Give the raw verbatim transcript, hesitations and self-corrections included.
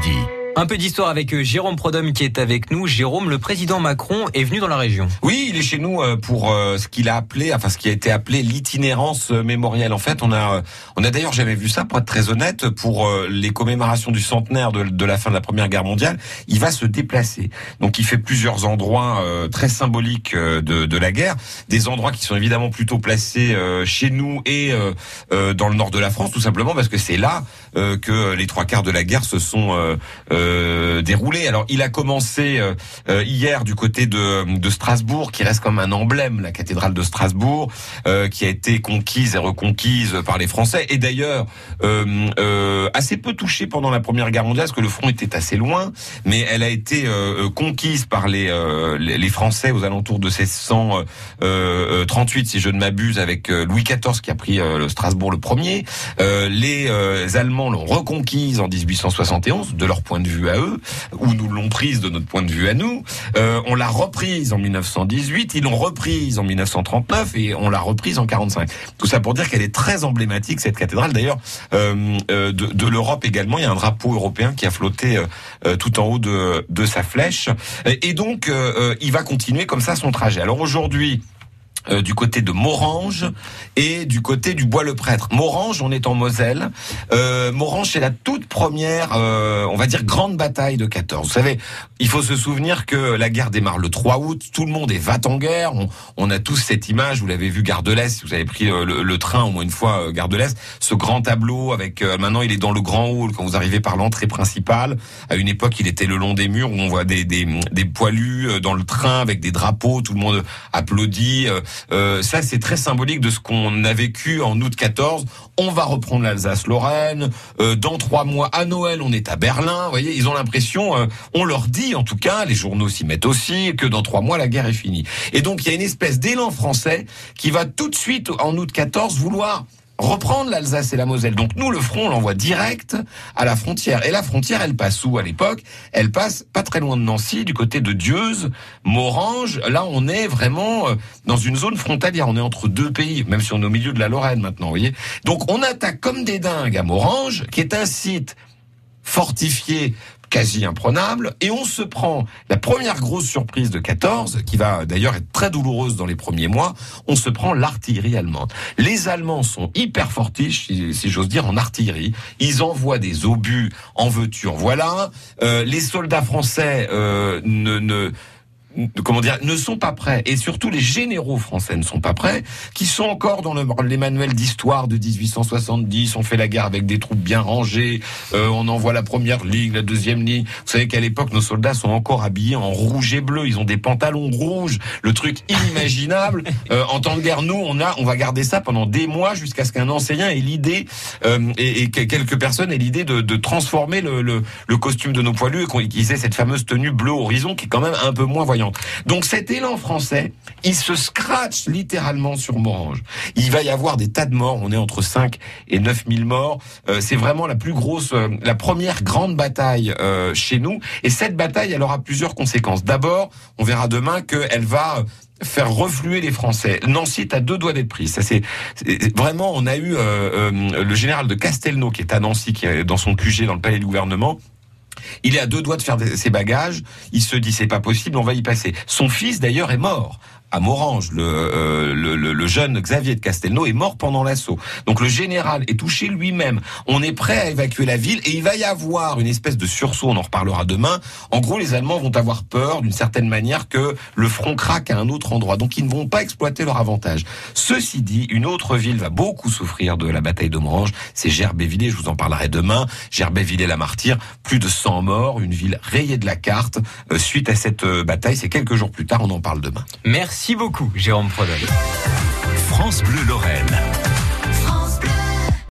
midi. Un peu d'histoire avec Jérôme Prodhomme qui est avec nous. Jérôme, le président Macron est venu dans la région. Oui, il est chez nous pour ce qu'il a appelé, enfin ce qui a été appelé l'itinérance mémorielle. En fait, on a, on a d'ailleurs jamais vu ça, pour être très honnête, pour les commémorations du centenaire de, de la fin de la Première Guerre mondiale. Il va se déplacer. Donc, il fait plusieurs endroits euh, très symboliques de, de la guerre, des endroits qui sont évidemment plutôt placés euh, chez nous et euh, euh, dans le nord de la France, tout simplement parce que c'est là euh, que les trois quarts de la guerre se sont euh, euh, Euh, déroulé. Alors, il a commencé euh, hier du côté de, de Strasbourg, qui reste comme un emblème, la cathédrale de Strasbourg, euh, qui a été conquise et reconquise par les Français, et d'ailleurs euh, euh, assez peu touchée pendant la Première Guerre mondiale, parce que le front était assez loin, mais elle a été euh, conquise par les, euh, les Français aux alentours de seize cent trente-huit, si je ne m'abuse, avec Louis quatorze qui a pris euh, Strasbourg le premier. Euh, les euh, Allemands l'ont reconquise en dix-huit cent soixante et onze, de leur point de vue à eux, ou nous l'ont prise de notre point de vue à nous. Euh, on l'a reprise en mille neuf cent dix-huit, ils l'ont reprise en mille neuf cent trente-neuf et on l'a reprise en quarante-cinq. Tout ça pour dire qu'elle est très emblématique, cette cathédrale. D'ailleurs, euh, euh, de, de l'Europe également, il y a un drapeau européen qui a flotté euh, tout en haut de, de sa flèche. Et donc, euh, il va continuer comme ça son trajet. Alors aujourd'hui, Euh, du côté de Morhange et du côté du Bois-le-Prêtre. Morhange, on est en Moselle. Euh, Morhange, c'est la toute première, euh, on va dire, grande bataille de quatorze. Vous savez, il faut se souvenir que la guerre démarre le trois août. Tout le monde est va-t-en-guerre. On, on a tous cette image. Vous l'avez vu, Gare de l'Est. Si vous avez pris le, le train au moins une fois, euh, Gare de l'Est, ce grand tableau avec. Euh, maintenant, il est dans le grand hall quand vous arrivez par l'entrée principale. À une époque, il était le long des murs où on voit des des, des poilus dans le train avec des drapeaux. Tout le monde applaudit. Euh, Euh, ça, c'est très symbolique de ce qu'on a vécu en août quatorze. On va reprendre l'Alsace-Lorraine. Euh, dans trois mois, à Noël, on est à Berlin. Vous voyez, ils ont l'impression, euh, on leur dit en tout cas, les journaux s'y mettent aussi, que dans trois mois, la guerre est finie. Et donc, il y a une espèce d'élan français qui va tout de suite, en août quatorze, vouloir reprendre l'Alsace et la Moselle. Donc nous, le front, on l'envoie direct à la frontière. Et la frontière, elle passe où à l'époque? Elle passe pas très loin de Nancy, du côté de Dieuze, Morhange. Là, on est vraiment dans une zone frontalière. On est entre deux pays, même si on est au milieu de la Lorraine maintenant, vous voyez. Donc on attaque comme des dingues à Morhange, qui est un site fortifié, quasi imprenable, et on se prend la première grosse surprise de quatorze, qui va d'ailleurs être très douloureuse dans les premiers mois, on se prend l'artillerie allemande. Les Allemands sont hyper fortiches, si, si j'ose dire, en artillerie. Ils envoient des obus, en veux-tu, en voilà. Euh, les soldats français euh, ne... ne comment dire, ne sont pas prêts, et surtout les généraux français ne sont pas prêts, qui sont encore dans le, les manuels d'histoire de dix-huit cent soixante-dix, on fait la guerre avec des troupes bien rangées, euh, on envoie la première ligne, la deuxième ligne. Vous savez qu'à l'époque, nos soldats sont encore habillés en rouge et bleu, ils ont des pantalons rouges, le truc inimaginable. Euh, en temps de guerre, nous, on a, on va garder ça pendant des mois jusqu'à ce qu'un enseignant ait l'idée, euh, et, et que quelques personnes aient l'idée de, de transformer le, le, le costume de nos poilus et qu'ils aient cette fameuse tenue bleu horizon qui est quand même un peu moins voyante. Donc cet élan français, il se scratche littéralement sur Morhange. Il va y avoir des tas de morts, on est entre cinq et neuf mille morts. Euh, c'est vraiment la plus grosse, euh, la première grande bataille euh, chez nous. Et cette bataille, elle aura plusieurs conséquences. D'abord, on verra demain qu'elle va faire refluer les Français. Nancy est à deux doigts d'être prise. Ça c'est, c'est vraiment, on a eu euh, euh, le général de Castelnau qui est à Nancy, qui est dans son Q G dans le palais du gouvernement. Il est à deux doigts de faire ses bagages. Il se dit c'est pas possible, on va y passer. Son fils d'ailleurs est mort à Morhange. Le, euh, le, le, le jeune Xavier de Castelnau est mort pendant l'assaut. Donc le général est touché lui-même. On est prêt à évacuer la ville et il va y avoir une espèce de sursaut. On en reparlera demain. En gros, les Allemands vont avoir peur d'une certaine manière que le front craque à un autre endroit. Donc ils ne vont pas exploiter leur avantage. Ceci dit, une autre ville va beaucoup souffrir de la bataille de Morhange. C'est Gerbévillers. Je vous en parlerai demain. Gerbévillers-la-Martyre. Plus de cent morts. Une ville rayée de la carte euh, suite à cette euh, bataille. C'est quelques jours plus tard. On en parle demain. Merci beaucoup, Jérôme Prodhomme. France Bleu Lorraine.